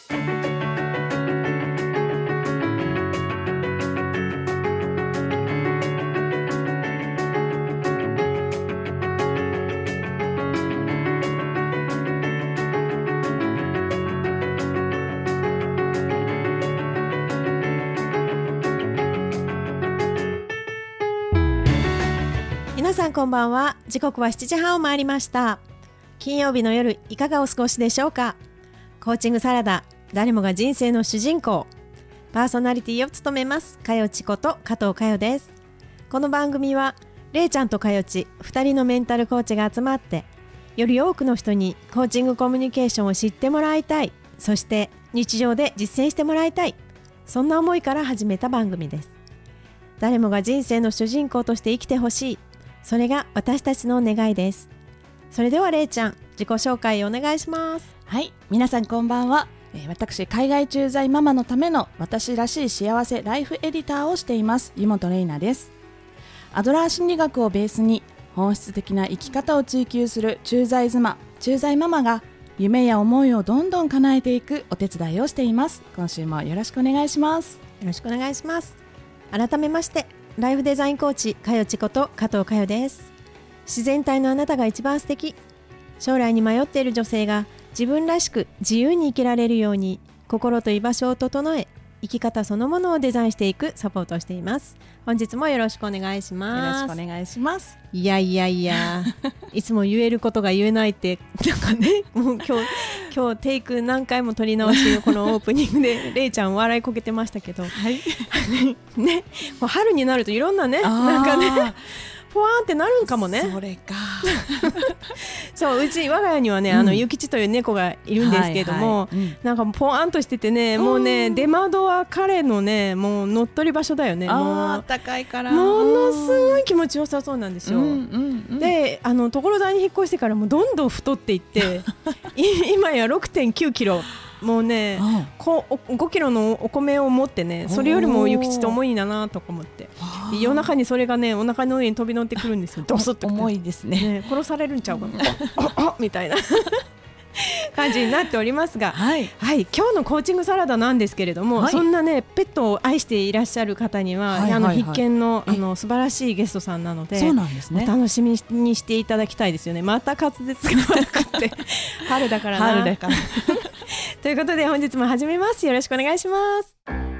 皆さんこんばんは。時刻は7時半を回りました。金曜日の夜いかがお過ごしでしょうか。コーチングサラダ、誰もが人生の主人公、パーソナリティを務めますかよちこと加藤かよです。この番組はれいちゃんとかよち2人のメンタルコーチが集まって、より多くの人にコーチングコミュニケーションを知ってもらいたい、そして日常で実践してもらいたい、そんな思いから始めた番組です。誰もが人生の主人公として生きてほしい、それが私たちの願いです。それではれいちゃん、自己紹介お願いします。 はい、皆さんこんばんは。私、海外駐在ママのための私らしい幸せライフエディターをしています湯本玲奈です。アドラー心理学をベースに本質的な生き方を追求する駐在妻、駐在ママが夢や思いをどんどん叶えていくお手伝いをしています。今週もよろしくお願いします。 よろしくお願いします。改めましてライフデザインコーチかよちこと加藤かよです。自然体のあなたが一番素敵。将来に迷っている女性が自分らしく自由に生きられるように、心と居場所を整え、生き方そのものをデザインしていくサポートをしています。本日もよろしくお願いします。 よろしくお願いします。 いやいつも言えることが言えないって、なんかね、もう今日テイク何回も撮り直しのこのオープニングでれいちゃん笑いこけてましたけど、はいね、もう春になるといろんなね、なんかねポワーンってなるんかもね。 それかそう、我が家にはね、ゆきちという猫がいるんですけれども、なんかポワーンとしててね、もうね、出窓は彼のね、もう乗っ取り場所だよね。もう高いからものすごい気持ちよさそうなんですよ。で、所沢に引っ越してからもうどんどん太っていって今や 6.9 キロ、もうね、5キロのお米を持ってね、それよりもゆきちと重いんだなとか思って、夜中にそれがね、お腹の上に飛び乗ってくるんですよ。ドスッと重いですね。 殺されるんちゃうかなみたいな感じになっておりますが、はい、今日のコーチングサラダなんですけれども、そんなねペットを愛していらっしゃる方には、必見の素晴らしいゲストさんなので、 そうなんですね、 お楽しみにしていただきたいですよね。また滑舌が悪くて春だからな。春だからということで本日も始めます。よろしくお願いします。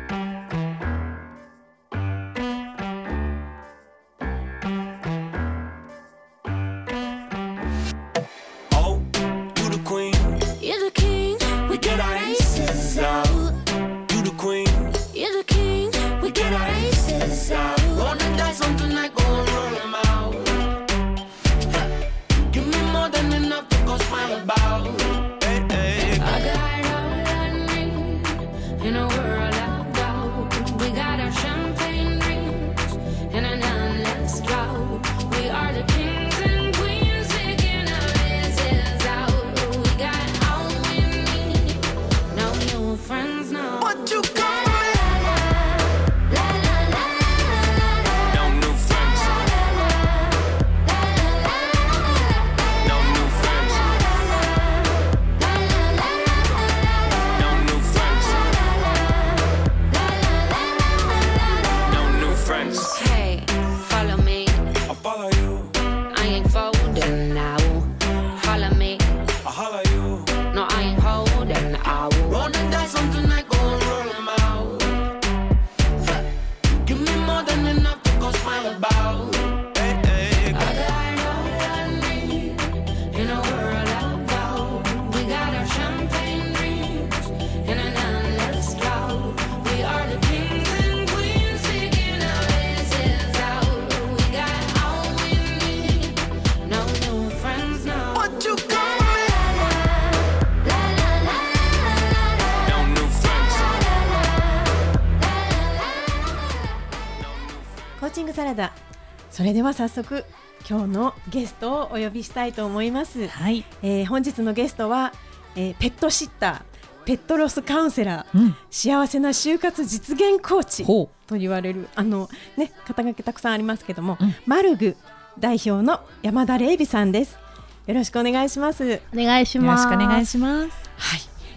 コーチングサラダ、それでは早速今日のゲストをお呼びしたいと思います。本日のゲストは、ペットシッター、ペットロスカウンセラー、幸せな就活実現コーチと言われる肩書きたくさんありますけども、マルグ代表の山田玲美さんです。よろしくお願いします。 お願いします。 よろしくお願いします。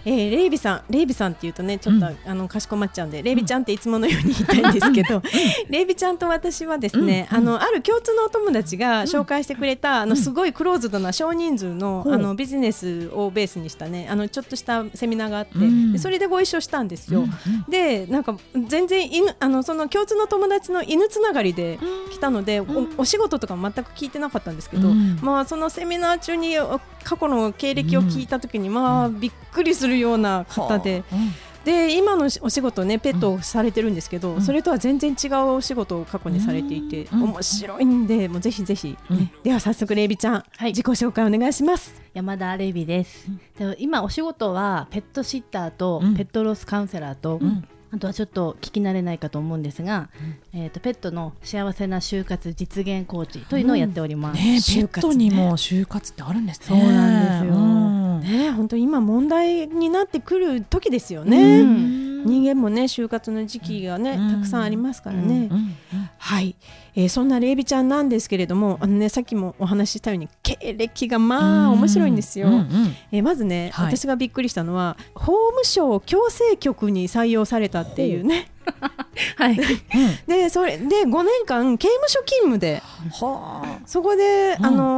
レイビさんっていうとねちょっと、かしこまっちゃうんでレイビちゃんっていつものように言いたいんですけど、レイビちゃんと私はですね、ある共通のお友達が紹介してくれた、すごいクローズドな少人数の、ビジネスをベースにしたねちょっとしたセミナーがあって、でそれでご一緒したんですよ。でなんか全然その共通の友達の犬つながりで来たので、お仕事とか全く聞いてなかったんですけど、そのセミナー中に過去の経歴を聞いた時に、びっくりするような方で、で今のお仕事ねペットをされてるんですけど、それとは全然違うお仕事を過去にされていて、面白いんでもうぜひぜひ、では早速レイビちゃん、自己紹介お願いします。 山田レイビです。で今お仕事はペットシッターとペットロスカウンセラーと、あとはちょっと聞き慣れないかと思うんですが、ペットの幸せな就活実現コーチというのをやっております。 ペットにも就活ってあるんですね。 そうなんですよ。 本当に今問題になってくる時ですよね。人間もね就活の時期がね、たくさんありますからね。はい、そんなレイビちゃんなんですけれども、さっきもお話ししたように経歴が面白いんですよ。まずね、私がびっくりしたのは法務省矯正局に採用されたっていうね。でそれで5年間刑務所勤務で、そこで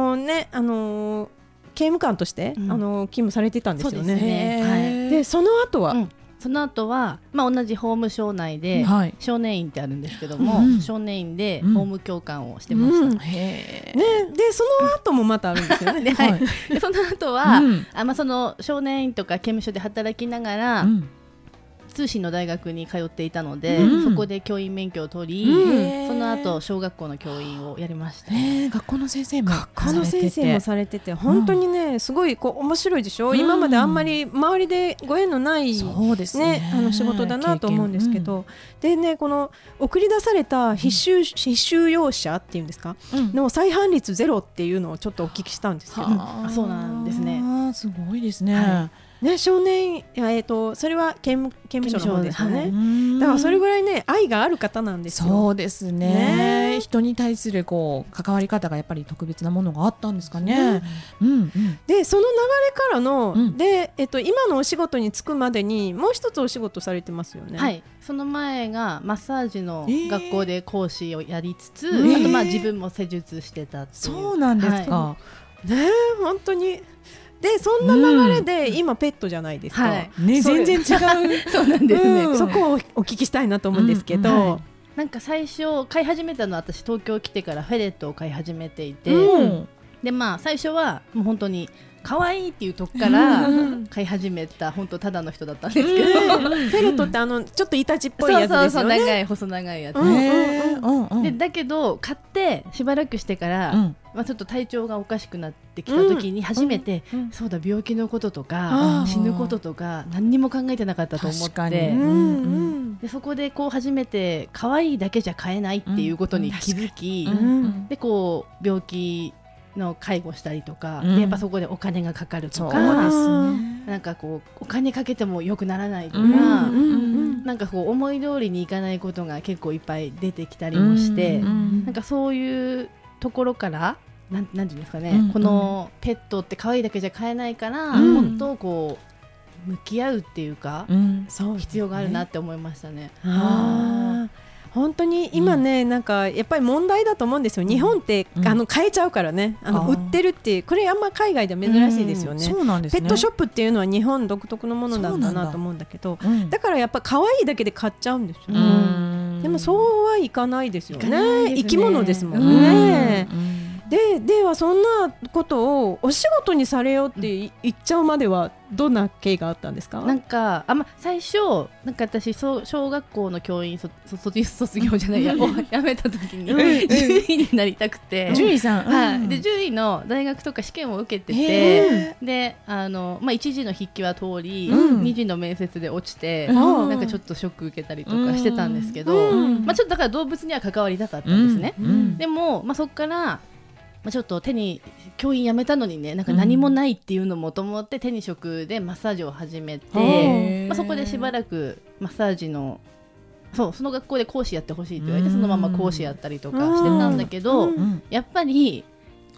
刑務官として、勤務されてたんですよね。でその後は、 同じ法務省内で、少年院ってあるんですけども、少年院で法務教官をしてました。 でその後もまたあるんですよね。 でその後は、その少年院とか刑務所で働きながら、通信の大学に通っていたので、そこで教員免許を取り、その後小学校の教員をやりました。 学校の先生もされてて、本当にねすごい面白いでしょ。今まであんまり周りでご縁のない仕事だなと思うんですけど、でねこの送り出された必収容者っていうんですか、の再犯率ゼロっていうのをちょっとお聞きしたんですけど。 そうなんですね。 すごいですね。 少年、それは刑務所の方ですよね。だからそれぐらいね愛がある方なんですよ。 そうですね。人に対する関わり方がやっぱり特別なものがあったんですかね。 でその流れからの、で、今のお仕事に就くまでにもう一つお仕事されてますよね。 はい、その前がマッサージの学校で講師をやりつつ、あと自分も施術してたっていう。 そうなんですか。 本当に。でそんな流れで今ペットじゃないですか。 全然違う。 そうなんですね。 そこをお聞きしたいなと思うんですけど、 なんか最初飼い始めたのは私東京来てからフェレットを飼い始めていて、で最初はもう本当に可愛いっていうとこから飼い始めた本当ただの人だったんですけど、 フェレットってちょっとイタチっぽいやつですよね。 長い細長いやつで、だけど飼ってしばらくしてから、ちょっと体調がおかしくなってきた時に初めて、そうだ病気のこととか死ぬこととか何にも考えてなかったと思って、でそこで初めて可愛いだけじゃ飼えないっていうことに気づき、で病気の介護したりとか、やっぱそこでお金がかかるとか、なんかお金かけても良くならないとか、なんか思い通りにいかないことが結構いっぱい出てきたりもして、なんかそういうところからなんていうんですかね、このペットって可愛いだけじゃ飼えないから、もっと向き合うっていうか、必要があるなって思いましたね。 本当に今ね、なんかやっぱり問題だと思うんですよ。日本って買えちゃうからね、売ってるっていう、これあんま海外では珍しいですよね。 そうなんですね。 ペットショップっていうのは日本独特のものなんだなと思うんだけど、だからやっぱ可愛いだけで買っちゃうんですよね。でもそうはいかないですよね。生き物ですもんね。ではそんなことをお仕事にされようって言っちゃうまではどんな経緯があったんですか？ なんか最初なんか私小学校の教員卒業じゃないややめた時に獣医になりたくて、 獣医さん、 で獣医の大学とか試験を受けてて、で1次の筆記は通り、2次の面接で落ちて、なんかちょっとショック受けたりとかしてたんですけど、ちょっとだから動物には関わりたかったんですね。でもそこからちょっと教員辞めたのにね、なんか何もないっていうのもと思って手に職でマッサージを始めて、そこでしばらくマッサージのその学校で講師やってほしいって言われて、そのまま講師やったりとかしてたんだけど、やっぱり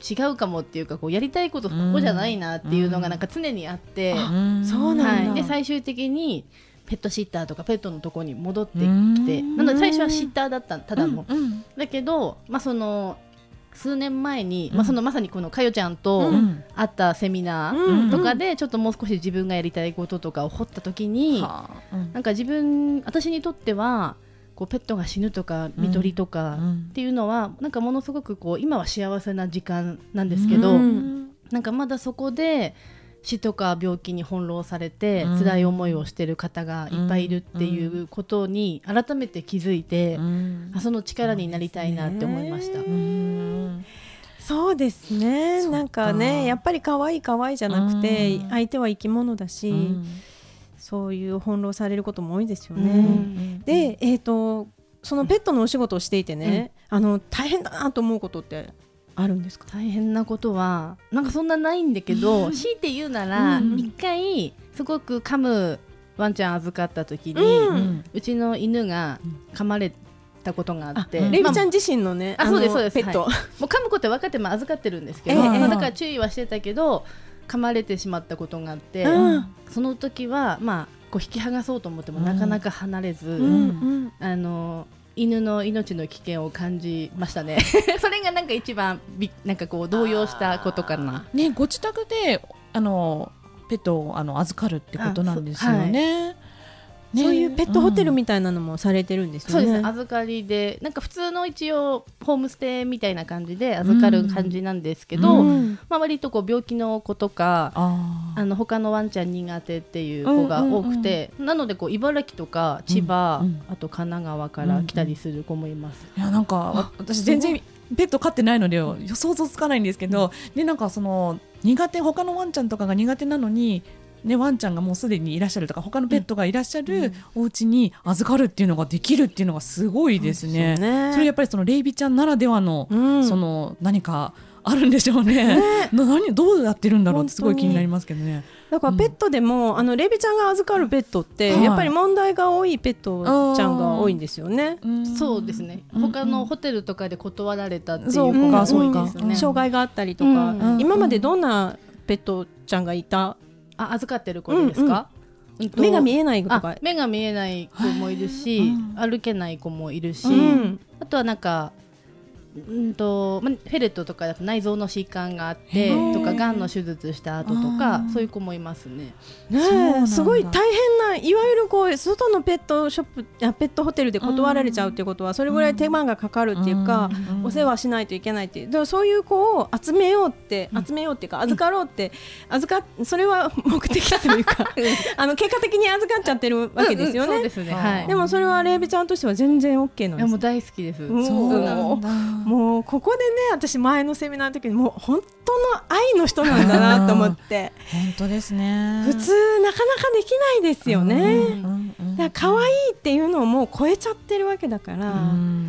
違うかもっていうかこうやりたいことそこじゃないなっていうのがなんか常にあって、 そうなんだ、 で最終的にペットシッターとかペットのところに戻ってきて、なので最初はシッターだったただの、だけど、その数年前に、そのまさにこのかよちゃんと会ったセミナーとかでちょっともう少し自分がやりたいこととかを掘った時に、なんか私にとってはこうペットが死ぬとか看取りとかっていうのはなんかものすごくこう今は幸せな時間なんですけど、なんかまだそこで死とか病気に翻弄されて辛い思いをしてる方がいっぱいいるっていうことに改めて気づいて、その力になりたいなって思いました。 そうですね。なんかね、やっぱり可愛い可愛いじゃなくて、相手は生き物だし、そういう翻弄されることも多いですよね。で、そのペットのお仕事をしていてね、大変だなと思うことってあるんですか？ 大変なことはなんかそんなないんだけど、強いて言うなら一回すごく噛むワンちゃん預かった時に、うちの犬が噛まれたことがあって、 レイビちゃん自身のね、 そうですそうです、 ペット、 もう噛むことは分かっても預かってるんですけど、だから注意はしてたけど噛まれてしまったことがあって、その時はこう引き剥がそうと思ってもなかなか離れず、犬の命の危険を感じましたねそれがなんか一番なんかこう動揺したことかな、 ね、ご自宅でペットを預かるってことなんですよね。 そういうペットホテルみたいなのもされてるんですよね。 そうです、預かりでなんか普通の一応ホームステイみたいな感じで預かる感じなんですけど、割とこう病気の子とか他のワンちゃん苦手っていう子が多くて、なのでこう茨城とか千葉、あと神奈川から来たりする子もいます。 いやなんか私全然ペット飼ってないので想像つかないんですけど、でなんかその他のワンちゃんとかが苦手なのにね、ワンちゃんがもうすでにいらっしゃるとか他のペットがいらっしゃるお家に預かるっていうのができるっていうのがすごいですね。それやっぱりそのレイビちゃんならではの、その何かあるんでしょうね。どうやってるんだろうってすごい気になりますけどね。 だからペットでも、レイビちゃんが預かるペットって、やっぱり問題が多いペットちゃんが多いんですよね。 そうですね、他のホテルとかで断られたっていう子が多いですね。 障害があったりとか、今までどんなペットちゃんがいた？ 預かってる子ですか？ 目が見えない子とか。 目が見えない子もいるし、歩けない子もいるし、あとはなんかフェレットとかだと内臓の疾患があってとか、がんの手術した後とかそういう子もいますね。 すごい大変な、いわゆるこう外のペットショップやペットホテルで断られちゃうっていうことは、それぐらい手間がかかるっていうか、お世話しないといけないっていう、だからそういう子を集めようっていうか預かろうって、それは目的というか結果的に預かっちゃってるわけですよね。 そうですね、はい。 でもそれはレイビちゃんとしては全然 OK なんです。 もう大好きです。 そうなんだ。もうここでね、私前のセミナーの時にもう本当の愛の人なんだなと思って本当ですね。 普通なかなかできないですよね。だから可愛いっていうのをもう超えちゃってるわけだから、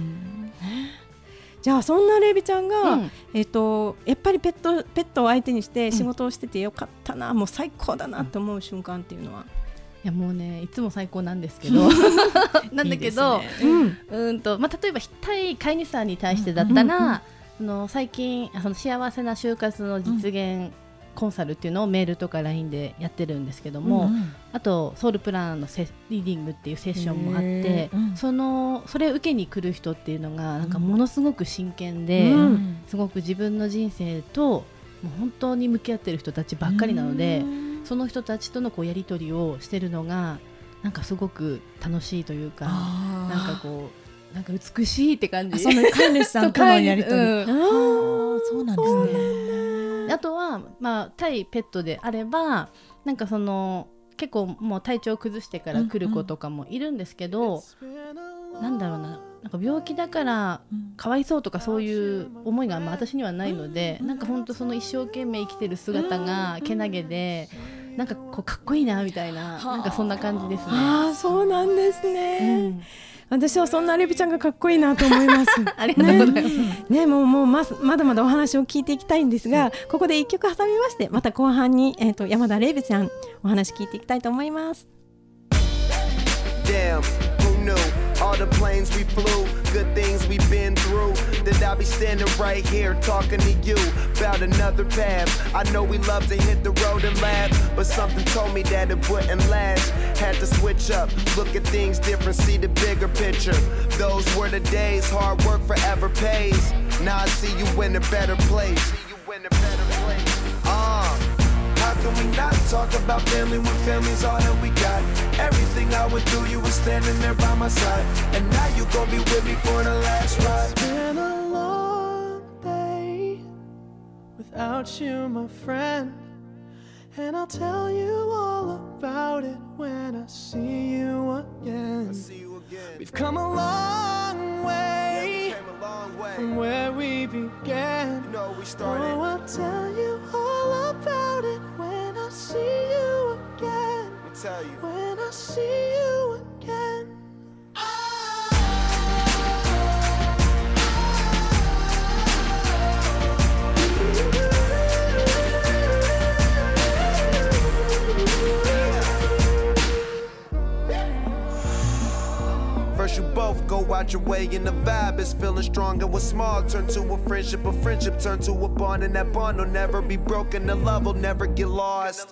じゃあそんなレイビちゃんが、やっぱりペットを相手にして仕事をしててよかったな、もう最高だなと思う瞬間っていうのは？ いやもうね、いつも最高なんですけどなんだけど例えば対飼い主さんに対してだったら、最近その幸せな就活の実現コンサルっていうのをメールとか LINE でやってるんですけども、あとソウルプランのリーディングっていうセッションもあって、それを受けに来る人っていうのがなんかものすごく真剣で、すごく自分の人生ともう本当に向き合ってる人たちばっかりなので、その人たちとのこうやり取りをしてるのがなんかすごく楽しいというか、なんかこうなんか美しいって感じ。 その飼い主さんとのやり取りそうなんですね。 あとは対ペットであればなんかその結構もう体調を崩してから来る子とかもいるんですけど、なんだろうな、なんか病気だからかわいそうとかそういう思いが私にはないので、なんか本当その一生懸命生きてる姿がけなげでなんかこうかっこいいなみたいな、なんかそんな感じですね。 そうなんですね。私はそんなレイビちゃんがかっこいいなと思いますありがとうございますね。もうまだまだお話を聞いていきたいんですが、ここで一曲挟みまして、また後半に、山田レイビちゃんお話聞いていきたいと思います。 Damn, who knew all the planes we flew, good things we've been through, that I'll be standing right here talking to you about another path. I know we love to hit the road and laugh, but something told me that it wouldn't last. Had to switch up, look at things different, see the bigger picture. Those were the days, hard work forever pays. Now I see you in a better place. How can we not talk about family when family's all that we got? Everything I went through, you were standing there by my side, and now you gon' be with me for the last ride. It's been a long day without you, my friend, and I'll tell you all about it when I see you again. We've come a long way, from where we began. You know we started. Oh, I'll tell you all about it when I see you again. Let me tell you. When I see you again. First you both go out your way and the vibe is feeling strong, and what's small turn to a friendship turn to a bond, and that bond will never be broken, the love will never get lost.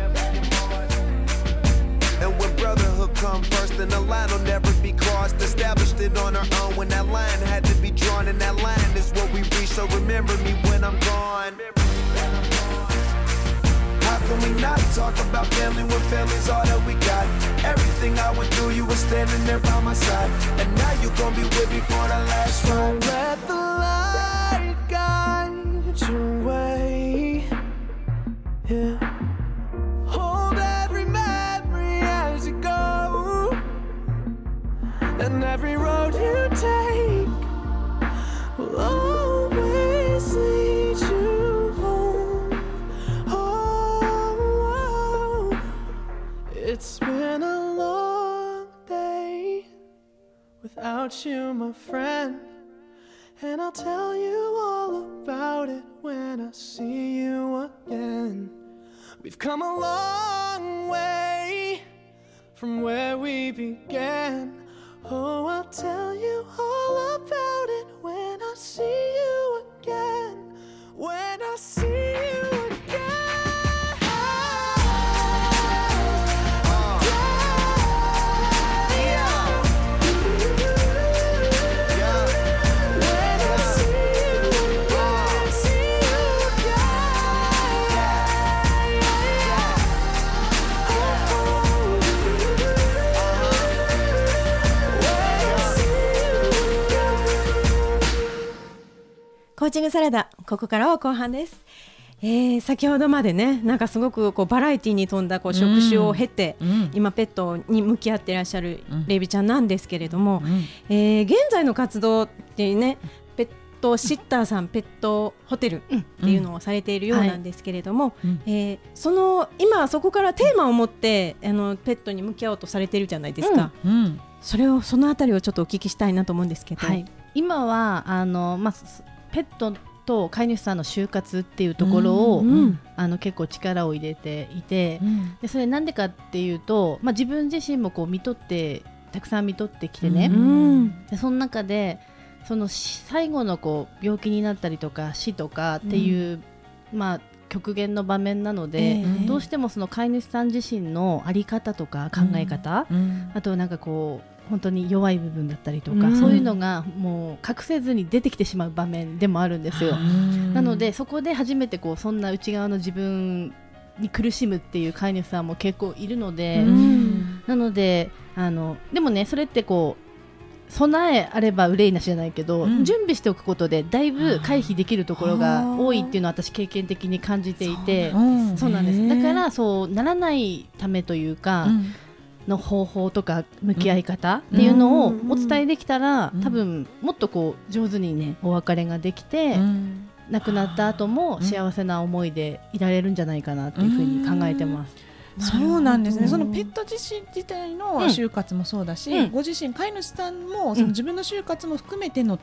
And when brotherhood come first, then the line will never be crossed. Established it on our own when that line had to be drawn, and that line is what we reach, so remember me when I'm gone. How can we not talk about family when family's all that we got? Everything I went through, you were standing there by my side, and now you gon' be with me for the last ride. Let the light guide your way. Yeah. Hold every memory as you go, and every road you take will always lead you home. Oh, it's been a long day without you, my friend, and I'll tell you all about it when I see you again. We've come a long way from where we began. Oh, I'll tell you all about it when I see you again. When I see you again. コーチングサラダ、ここからは後半です。先ほどまでね、なんかすごくこうバラエティに富んだこう職種を経て、今ペットに向き合っていらっしゃるレイビちゃんなんですけれども、現在の活動ってね、ペットシッターさん、ペットホテルっていうのをされているようなんですけれども、今そこからテーマを持ってペットに向き合おうとされているじゃないですか。そのあたりをちょっとお聞きしたいなと思うんですけど、 今はペットと飼い主さんの就活っていうところを、結構力を入れていて、でそれなんでかっていうと、自分自身もこうたくさん見とってきてね、でその中でその最後のこう病気になったりとか死とかっていう、極限の場面なので、どうしてもその飼い主さん自身の在り方とか考え方、あとなんかこう本当に弱い部分だったりとか、そういうのがもう隠せずに出てきてしまう場面でもあるんですよ。なのでそこで初めてこうそんな内側の自分に苦しむっていう飼い主さんも結構いるので、なのででもね、それってこう備えあれば憂いなしじゃないけど、準備しておくことでだいぶ回避できるところが多いっていうのは私経験的に感じていて、そうなんです。だからそうならないためというか、の方法とか向き合い方っていうのをお伝えできたら、多分もっとこう上手にねお別れができて、亡くなった後も幸せな思いでいられるんじゃないかなっていうふうに考えてます。 そうなんですね。そのペット自体の就活もそうだし、ご自身飼い主さんもその自分の就活も含めてのって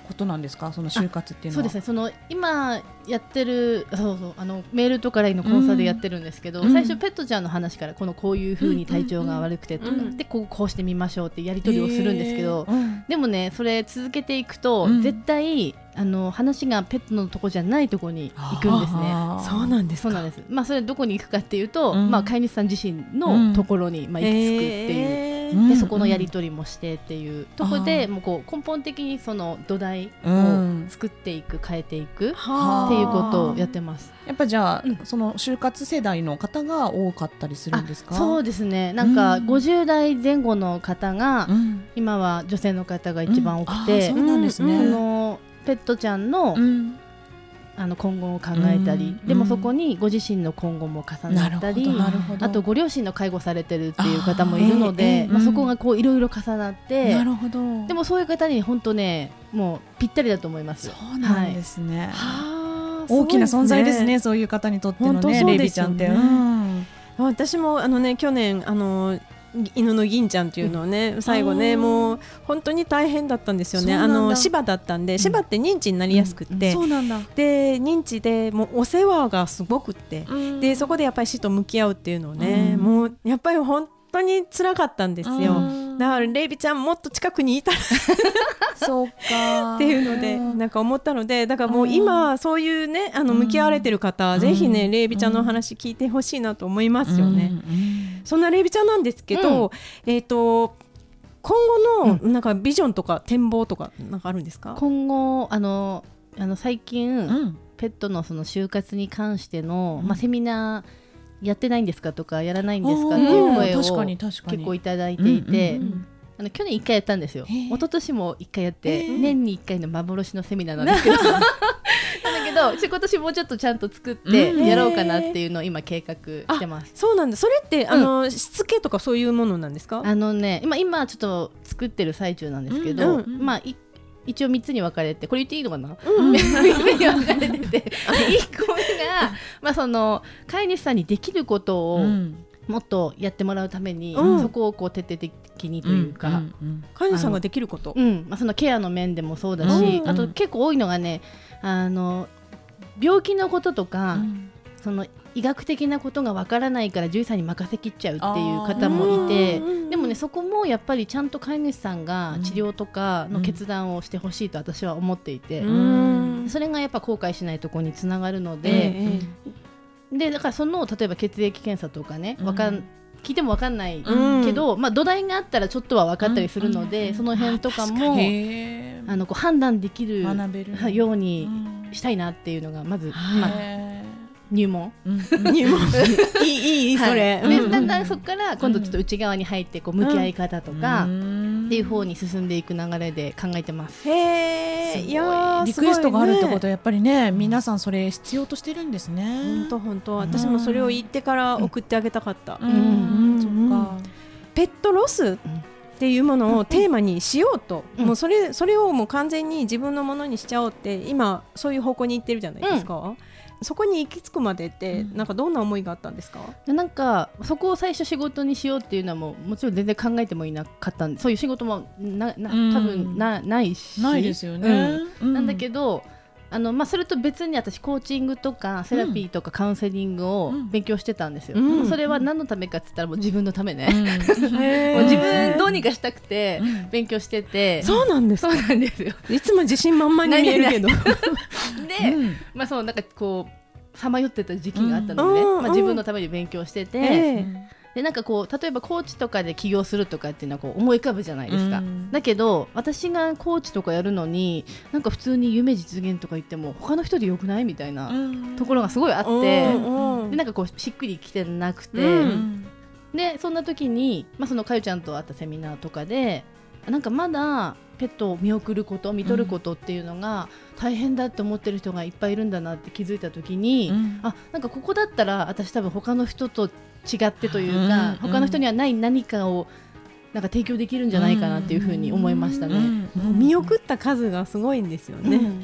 ことなんですか、その就活っていうのは。 そうですね、その今やってるメールとか LINE のコンサでやってるんですけど、最初ペットちゃんの話からこういう風に体調が悪くてとか、でこうしてみましょうってやり取りをするんですけど、でもねそれ続けていくと、絶対話がペットのとこじゃないとこに行くんですね。 そうなんですか。 そうなんです。それどこに行くかっていうと、飼い主さん自身のところに行き着くっていう、でそこのやり取りもしてっていうところで、もう根本的にその土台を作っていく、変えていくっていうことをやってます。 やっぱじゃあ、その就活世代の方が多かったりするんですか？ そうですね、なんか50代前後の方が、今は女性の方が一番多くて、 そうなんですね。 ペットちゃんの、今後を考えたり、でもそこにご自身の今後も重なったり、あとご両親の介護されてるっていう方もいるので、そこがいろいろ重なって、 なるほど。 でもそういう方に本当ねもうぴったりだと思います。 そうなんですね、大きな存在ですね、そういう方にとってのね、レイビちゃんって。 私も去年犬の銀ちゃんっていうのをね、最後ねもう本当に大変だったんですよね。芝だったんで、芝って認知になりやすくって、 そうなんだ。 で認知でもうお世話がすごくって、でそこでやっぱり死と向き合うっていうのをね、もうやっぱり本当に辛かったんですよ。だからレイビちゃんもっと近くにいたらそうかっていうのでなんか思ったので、だからもう今そういうね向き合われてる方、ぜひねレイビちゃんの話聞いてほしいなと思いますよね。そんなレイビちゃんなんですけど、今後のなんかビジョンとか展望とかなんかあるんですか？ 今後最近、ペットのその就活に関しての、セミナーやってないんですかとかやらないんですかっていう声を結構いただいていて、去年1回やったんですよ。一昨年も1回やって、年に1回の幻のセミナーなんですけどなんだけど今年もうちょっとちゃんと作ってやろうかなっていうのを今計画してます。 そうなんだ。それってしつけとかそういうものなんですか？ 今ちょっと作ってる最中なんですけど、一応3つに分かれて、これ言っていいのかな、3つに分かれてて1個目が、その飼い主さんにできることをもっとやってもらうために、そこを徹底的にというか、 飼い主さんができること、 そのケアの面でもそうだし、あと結構多いのがね、病気のこととか、その医学的なことがわからないから獣医さんに任せきっちゃうっていう方もいて、でもねそこもやっぱりちゃんと飼い主さんが治療とかの決断をしてほしいと私は思っていて、それがやっぱ後悔しないところにつながるので、でだからその例えば血液検査とかね、聞いても分かんないけど、土台があったらちょっとは分かったりするので、その辺とかも判断できるようにしたいなっていうのがまず、入門いいそれ、でだんだんそこから今度ちょっと内側に入って向き合い方とかっていう方に進んでいく流れで考えてます。 いやリクエストがあるってことはやっぱりね、皆さんそれ必要としてるんですね。 本当私もそれを言ってから送ってあげたかった。 そっか。 ペットロスっていうものをテーマにしようと、もうそれをもう完全に自分のものにしちゃおうって今そういう方向に行ってるじゃないですか。そこに行き着くまでってなんかどんな思いがあったんですか？ なんかそこを最初仕事にしようっていうのはもちろん全然考えてもいなかったんで、そういう仕事も多分ないし、 ないですよね。 なんだけどそれと別に私コーチングとかセラピーとかカウンセリングを勉強してたんですよ。それは何のためかって言ったらもう自分のためね、もう自分どうにかしたくて勉強してて。 そうなんですか？ そうなんですよ。いつも自信満々に見えるけどで、 そうなんかさまよってた時期があったのでね、自分のために勉強してて、でなんか例えばコーチとかで起業するとかっていうのは思い浮かぶじゃないですか。だけど私がコーチとかやるのになんか普通に夢実現とか言っても他の人でよくないみたいなところがすごいあって、でなんかしっくりきてなくて、でそんな時に、そのかゆちゃんと会ったセミナーとかでなんかまだペットを見送ること見とることっていうのが大変だって思ってる人がいっぱいいるんだなって気づいた時に、なんかここだったら私多分他の人と違ってというか、他の人にはない何かをなんか提供できるんじゃないかなっていうふうに思いましたね。 見送った数がすごいんですよね。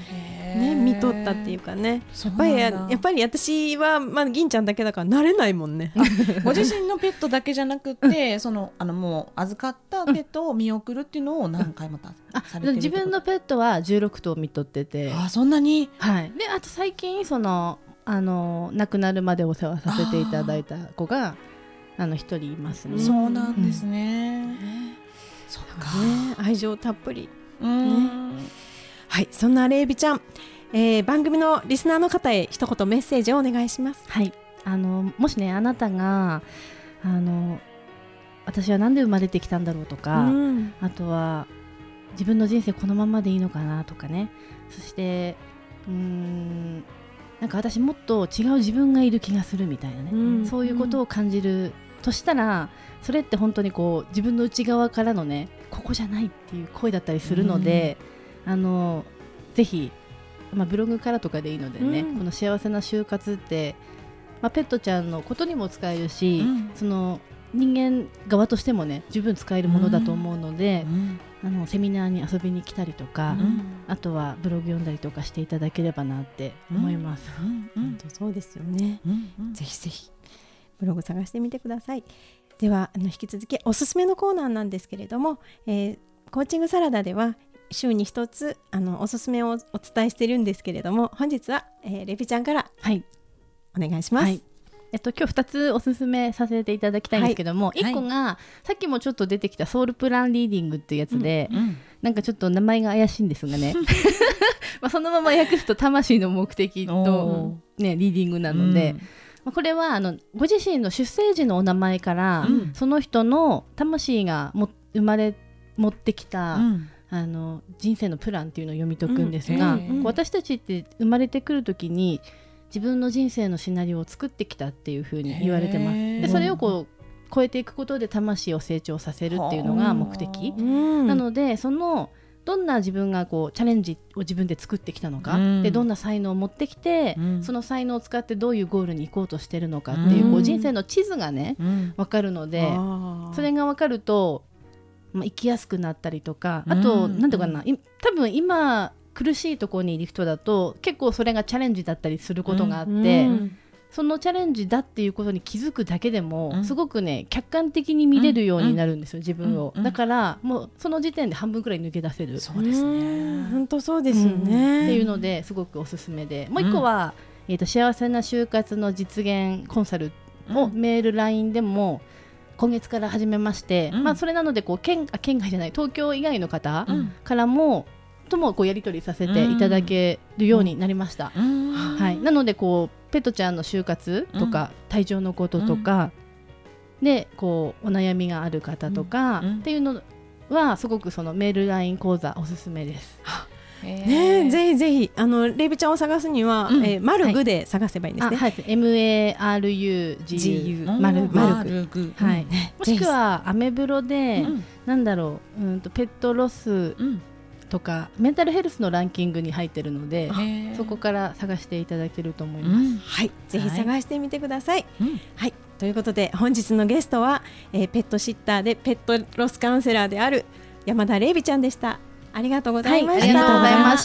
ね、見とったっていうかね。やっぱり私は、銀ちゃんだけだから慣れないもんね。 ご自身のペットだけじゃなくて、もう預かったペットを見送るっていうのを何回もされてる。 自分のペットは16頭見とってて、 そんなに。 はい。であと最近亡くなるまでお世話させていただいた子が1人いますね。 そうなんですね。そっか、 ね、愛情たっぷり。はい、そんなレイビちゃん、番組のリスナーの方へ一言メッセージをお願いします。 はい、もしねあなたが私はなんで生まれてきたんだろうとか、あとは自分の人生このままでいいのかなとかね、そしてなんか私もっと違う自分がいる気がするみたいなね、そういうことを感じるとしたら、それって本当にこう自分の内側からのね、ここじゃないっていう声だったりするので、ぜひ、ブログからとかでいいのでね、この幸せな就活って、ペットちゃんのことにも使えるし、その人間側としてもね十分使えるものだと思うので、セミナーに遊びに来たりとか、あとはブログ読んだりとかしていただければなって思います。 本当そうですよね。ぜひぜひブログ探してみてください。では引き続きおすすめのコーナーなんですけれども、コーチングサラダでは週に一つおすすめをお伝えしているんですけれども、本日は、レビちゃんからお願いします。 はい、今日2つおすすめさせていただきたいんですけども、1個がさっきもちょっと出てきたソウルプランリーディングっていうやつで、なんかちょっと名前が怪しいんですがねそのまま訳すと魂の目的と、ね、リーディングなので、これはご自身の出生時のお名前から、その人の魂が持ってきた、人生のプランっていうのを読み解くんですが、私たちって生まれてくるときに自分の人生のシナリオを作ってきたっていうふうに言われてます。でそれをこう超えていくことで魂を成長させるっていうのが目的なので、どんな自分がこうチャレンジを自分で作ってきたのか、でどんな才能を持ってきて、その才能を使ってどういうゴールに行こうとしてるのかっていう、こう人生の地図がね、分かるので、それが分かると、生きやすくなったりとか、あとなんていうかな、多分今苦しいところにいる人だと結構それがチャレンジだったりすることがあって、そのチャレンジだっていうことに気づくだけでも、すごくね客観的に見れるようになるんですよ、自分を。だからもうその時点で半分くらい抜け出せる。 そうですね、 本当そうですよね、 っていうのですごくおすすめで、もう一個は、幸せな就活の実現コンサルをメール LINE でも今月から始めまして、それなのでこう県外じゃない東京以外の方からも、ともこうやり取りさせていただけるようになりました。はい、なのでこうペットちゃんの就活とか、体調のこととか、でこうお悩みがある方とか、っていうのはすごくそのメール LINE 講座おすすめです。 ぜひぜひレイビちゃんを探すには、マルグで探せばいいんですね。 MARUGU マルグ、もしくはアメブロで、なんだろう、ペットロスとかメンタルヘルスのランキングに入ってるので、そこから探していただけると思います。 はい、ぜひ探してみてください。はい、ということで本日のゲストは、ペットシッターでペットロスカウンセラーである山田レイビちゃんでした。ありがとうございました。 ありがとうございました。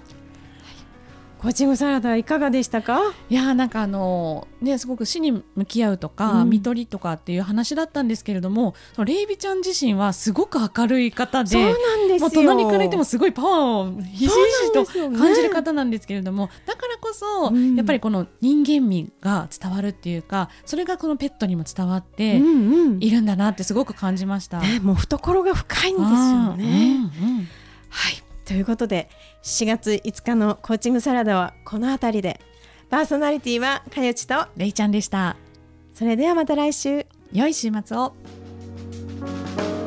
コーチングサラダいかがでしたか？ いやなんかすごく死に向き合うとか、看取りとかっていう話だったんですけれども、レイビちゃん自身はすごく明るい方で、 そうなんですよ。 もう隣からいてもすごいパワーをひしひしと感じる方なんですけれども、だからこそ、やっぱりこの人間味が伝わるっていうか、それがこのペットにも伝わっているんだなってすごく感じました。 もう懐が深いんですよね。はい、ということで4月5日のコーチングサラダはこのあたりで。パーソナリティはかよちとレイちゃんでした。 それではまた来週、 良い週末を。